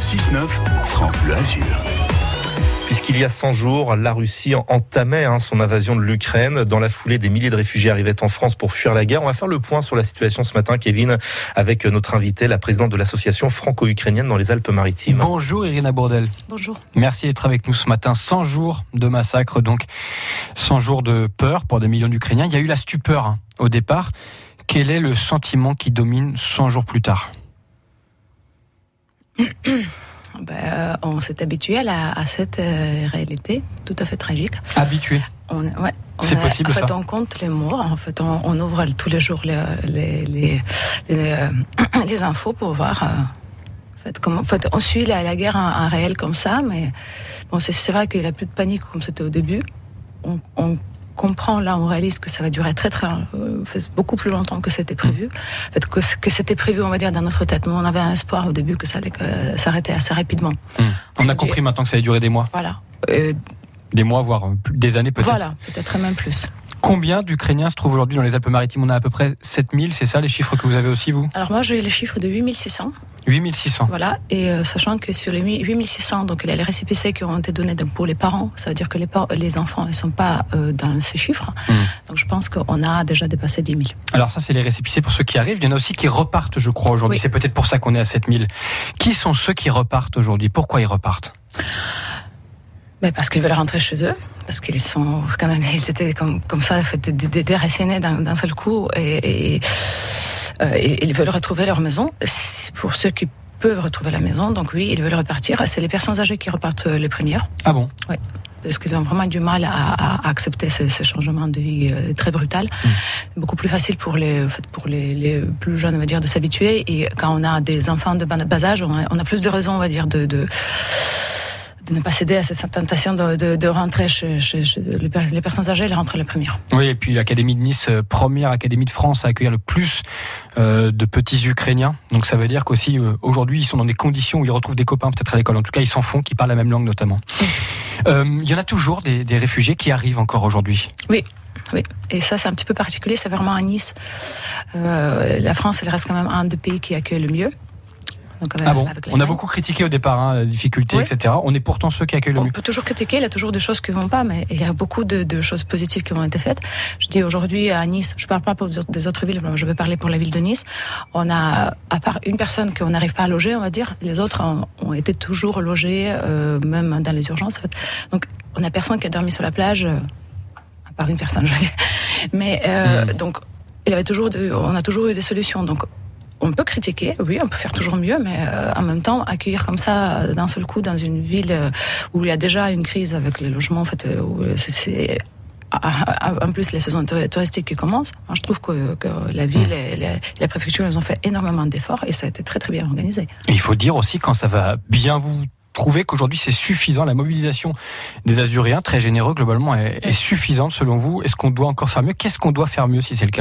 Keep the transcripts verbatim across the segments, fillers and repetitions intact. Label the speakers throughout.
Speaker 1: six neuf, France Bleu Azur.
Speaker 2: Puisqu'il y a cent jours, la Russie entamait hein, son invasion de l'Ukraine. Dans la foulée, des milliers de réfugiés arrivaient en France pour fuir la guerre. On va faire le point sur la situation ce matin, Kevin, avec notre invitée, la présidente de l'association franco-ukrainienne dans les Alpes-Maritimes.
Speaker 3: Bonjour Irina Bourdel.
Speaker 4: Bonjour.
Speaker 3: Merci d'être avec nous ce matin. cent jours de massacre, donc cent jours de peur pour des millions d'Ukrainiens. Il y a eu la stupeur hein, au départ. Quel est le sentiment qui domine cent jours plus tard ?
Speaker 4: Ben, on s'est habitué à, la, à cette euh, réalité tout à fait tragique.
Speaker 3: Habitué.
Speaker 4: On, ouais, on
Speaker 3: C'est
Speaker 4: a,
Speaker 3: possible
Speaker 4: en fait,
Speaker 3: ça.
Speaker 4: on compte les morts. En fait, on, on ouvre tous les jours les les les, les, euh, les infos pour voir. Euh, en fait, comment, en fait, on suit la, la guerre en, en réel comme ça, mais bon, c'est, c'est vrai qu'il n'y a plus de panique comme c'était au début. On, on comprend là, on réalise que ça va durer très très euh, beaucoup plus longtemps que c'était prévu. En fait, que, que c'était prévu, on va dire, dans notre tête. Nous, on avait un espoir au début que ça allait euh, s'arrêter assez rapidement.
Speaker 3: Mmh. On a compris maintenant que ça allait durer des mois.
Speaker 4: Voilà. Euh,
Speaker 3: des mois, voire des années peut-être.
Speaker 4: Voilà, peut-être même plus.
Speaker 3: Combien d'Ukrainiens se trouvent aujourd'hui dans les Alpes-Maritimes ? On a à peu près sept mille, c'est ça les chiffres que vous avez aussi, vous ?
Speaker 4: Alors moi, j'ai les chiffres de huit mille six cents.
Speaker 3: huit mille six cents.
Speaker 4: Voilà, et euh, sachant que sur les huit mille six cents, donc il y a les récépissés qui ont été donnés donc, pour les parents, ça veut dire que les, par- les enfants ne sont pas euh, dans ces chiffres. Mmh. Donc je pense qu'on a déjà dépassé dix mille.
Speaker 3: Alors ça, c'est les récépissés pour ceux qui arrivent. Il y en a aussi qui repartent, je crois, aujourd'hui. Oui. C'est peut-être pour ça qu'on est à sept mille. Qui sont ceux qui repartent aujourd'hui ? Pourquoi ils repartent ?
Speaker 4: Ben parce qu'ils veulent rentrer chez eux, parce qu'ils sont quand même, ils étaient comme, comme ça, en fait, déracinés d'un, d'un seul coup, et, et, euh, et ils veulent retrouver leur maison. Pour ceux qui peuvent retrouver la maison, donc oui, ils veulent repartir. C'est les personnes âgées qui repartent les premières.
Speaker 3: Ah bon ?
Speaker 4: Oui. Parce qu'ils ont vraiment du mal à, à accepter ce, ce changement de vie euh, très brutal. Mmh. C'est beaucoup plus facile pour les, en fait, pour les, les plus jeunes, on va dire, de s'habituer. Et quand on a des enfants de bas âge, on a, on a plus de raisons, on va dire, de, de de ne pas céder à cette tentation de, de, de rentrer chez, chez, chez les, les personnes âgées, les rentrer les premières.
Speaker 3: Oui, et puis l'Académie de Nice, première académie de France à accueillir le plus euh, de petits Ukrainiens. Donc ça veut dire qu'aussi, euh, aujourd'hui, ils sont dans des conditions où ils retrouvent des copains peut-être à l'école. En tout cas, ils s'en font, qui parlent la même langue notamment. Il euh, y en a toujours des, des réfugiés qui arrivent encore aujourd'hui.
Speaker 4: Oui. Oui, et ça c'est un petit peu particulier, c'est vraiment à Nice. Euh, la France, elle reste quand même un des pays qui accueille le mieux. Donc, avec,
Speaker 3: ah bon ? On a beaucoup critiqué au départ, hein, la difficulté, oui. et cetera. On est pourtant ceux qui accueillent le
Speaker 4: on
Speaker 3: mieux.
Speaker 4: On peut toujours critiquer, il y a toujours des choses qui ne vont pas, mais il y a beaucoup de, de choses positives qui ont été faites. Je dis aujourd'hui à Nice, je ne parle pas pour des autres villes, je vais parler pour la ville de Nice. On a, à part une personne qu'on n'arrive pas à loger, on va dire, les autres ont, ont été toujours logés, euh, même dans les urgences. En fait. Donc, on n'a personne qui a dormi sur la plage, euh, à part une personne, je veux dire. Mais euh, mmh. donc, il y avait toujours de, on a toujours eu des solutions. Donc, on peut critiquer, oui, on peut faire toujours mieux, mais euh, en même temps, accueillir comme ça, d'un seul coup, dans une ville où il y a déjà une crise avec les logements, en fait, où c'est, c'est en plus les saisons touristiques qui commencent, moi, je trouve que, que la ville et la, la préfecture, ils ont fait énormément d'efforts et ça a été très très bien organisé.
Speaker 3: Et il faut dire aussi, quand ça va bien vous trouvez qu'aujourd'hui c'est suffisant, la mobilisation des Azuréens, très généreux globalement, est, est suffisante selon vous ? Est-ce qu'on doit encore faire mieux ? Qu'est-ce qu'on doit faire mieux si c'est le cas ?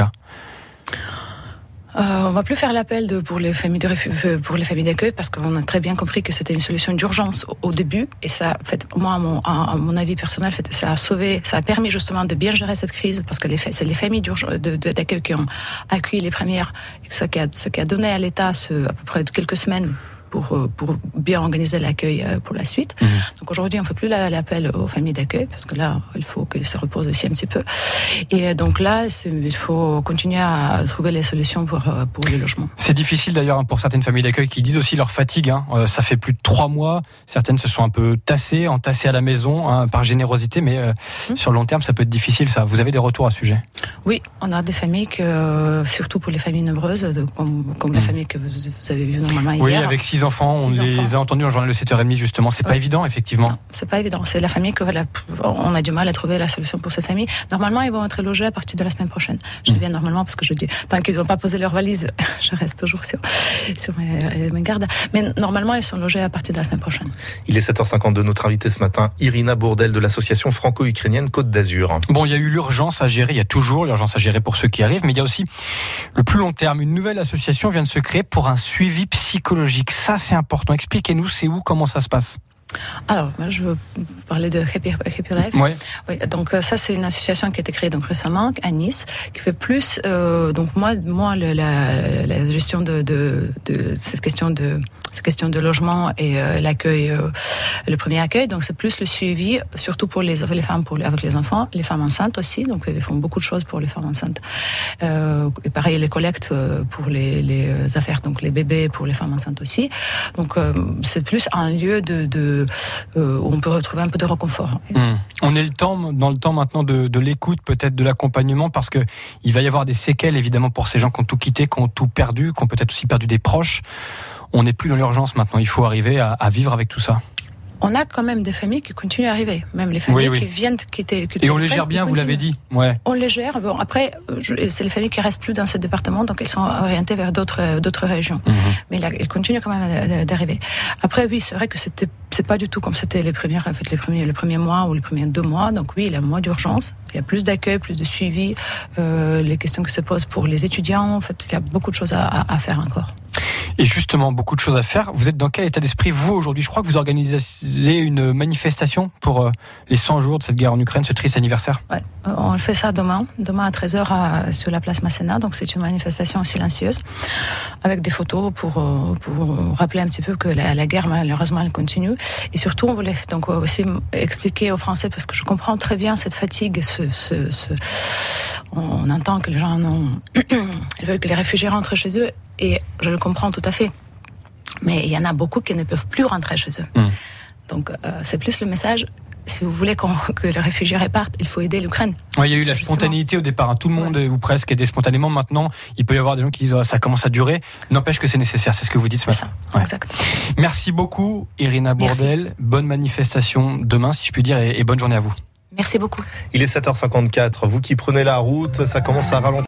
Speaker 4: Euh, on va plus faire l'appel de, pour les familles de réfugiés, pour les familles d'accueil, parce qu'on a très bien compris que c'était une solution d'urgence au, au début, et ça, en fait, moi, à mon, à, à mon avis personnel, en fait, ça a sauvé, ça a permis justement de bien gérer cette crise, parce que les, c'est les familles de, de, d'accueil qui ont accueilli les premières, et ce qui a, ce qui a donné à l'État ce, à peu près quelques semaines pour, pour bien organiser l'accueil pour la suite. Mmh. Donc aujourd'hui, on ne fait plus l'appel aux familles d'accueil, parce que là, il faut que ça repose aussi un petit peu. Et donc là, c'est, il faut continuer à trouver les solutions pour, pour le logement.
Speaker 3: C'est difficile d'ailleurs pour certaines familles d'accueil qui disent aussi leur fatigue. Hein. Ça fait plus de trois mois. Certaines se sont un peu tassées, entassées à la maison hein, par générosité, mais euh, mmh. sur le long terme, ça peut être difficile. Ça. Vous avez des retours à ce sujet ?
Speaker 4: Oui, on a des familles, que, surtout pour les familles nombreuses, comme, comme mmh. la famille que vous, vous avez vue normalement hier.
Speaker 3: Oui, avec six enfants, six on enfants. Les a entendus en journal de sept heures trente justement. C'est oui. pas évident, effectivement.
Speaker 4: Non, c'est pas évident. C'est la famille que voilà, on a du mal à trouver la solution pour cette famille. Normalement, ils vont être logés à partir de la semaine prochaine. Je dis bien normalement parce que je dis tant qu'ils n'ont pas posé leur valise, je reste toujours sur sur mes, mes gardes. Mais normalement, ils sont logés à partir de la semaine prochaine.
Speaker 2: Il est sept heures cinquante-deux. Notre invitée ce matin, Irina Bourdel de l'association franco-ukrainienne Côte d'Azur.
Speaker 3: Bon, il y a eu l'urgence à gérer. Il y a toujours l'urgence à gérer pour ceux qui arrivent, mais il y a aussi le plus long terme. Une nouvelle association vient de se créer pour un suivi psychologique. Ça, c'est important. Expliquez-nous, c'est où, comment ça se passe ?
Speaker 4: Alors, moi, je veux vous parler de Happy, Happy Life.
Speaker 3: Ouais.
Speaker 4: Oui. Donc ça, c'est une association qui a été créée donc récemment à Nice, qui fait plus. Euh, donc moi, moi, le, la, la gestion de, de, de cette question de c'est question de logement et euh, l'accueil, euh, le premier accueil. Donc c'est plus le suivi, surtout pour les, les femmes pour, avec les enfants, les femmes enceintes aussi. Donc ils font beaucoup de choses pour les femmes enceintes. Euh, et pareil, les collectes pour les, les affaires, donc les bébés pour les femmes enceintes aussi. Donc euh, c'est plus un lieu de, de euh, où on peut retrouver un peu de réconfort.
Speaker 3: Mmh. On est le temps, dans le temps maintenant de, de l'écoute, peut-être de l'accompagnement, parce que il va y avoir des séquelles évidemment pour ces gens qui ont tout quitté, qui ont tout perdu, qui ont peut-être aussi perdu des proches. On n'est plus dans l'urgence maintenant. Il faut arriver à, à vivre avec tout ça.
Speaker 4: On a quand même des familles qui continuent à arriver, même les familles
Speaker 3: oui, oui.
Speaker 4: qui viennent quitter. quitter
Speaker 3: Et on les gère bien, vous l'avez dit. Ouais.
Speaker 4: On les gère. Bon, après, je, c'est les familles qui restent plus dans ce département, donc elles sont orientées vers d'autres d'autres régions. Mmh. Mais là, elles continuent quand même d'arriver. Après, oui, c'est vrai que c'était c'est pas du tout comme c'était les premières, en fait, les premiers les premiers mois ou les premiers deux mois. Donc oui, il y a moins d'urgence. Il y a plus d'accueil, plus de suivi. Euh, les questions qui se posent pour les étudiants, en fait, il y a beaucoup de choses à, à, à faire encore.
Speaker 3: Et justement, beaucoup de choses à faire. Vous êtes dans quel état d'esprit, vous, aujourd'hui ? Je crois que vous organisez une manifestation pour les cent jours de cette guerre en Ukraine, ce triste anniversaire.
Speaker 4: Ouais, on fait ça demain, demain à treize heures à, sur la place Masséna. Donc c'est une manifestation silencieuse, avec des photos pour, pour rappeler un petit peu que la, la guerre, malheureusement, elle continue. Et surtout, on voulait donc aussi expliquer aux Français, parce que je comprends très bien cette fatigue, ce, ce, ce... on entend que les gens ont... ils veulent que les réfugiés rentrent chez eux. Et je le comprends tout à fait. Mais il y en a beaucoup qui ne peuvent plus rentrer chez eux. Mmh. Donc, euh, c'est plus le message, si vous voulez qu'on, que les réfugiés repartent, il faut aider l'Ukraine.
Speaker 3: Ouais, il y a eu la justement. Spontanéité au départ. Hein. Tout le monde, ouais. ou presque, aidait spontanément. Maintenant, il peut y avoir des gens qui disent oh, ça commence à durer. N'empêche que c'est nécessaire. C'est ce que vous dites ce matin.
Speaker 4: C'est ça, ouais. Exact.
Speaker 3: Merci beaucoup, Irina Bourdelle. Merci. Bonne manifestation demain, si je puis dire, et, et bonne journée à vous.
Speaker 4: Merci beaucoup.
Speaker 2: Il est sept heures cinquante-quatre. Vous qui prenez la route, ça commence à ralentir.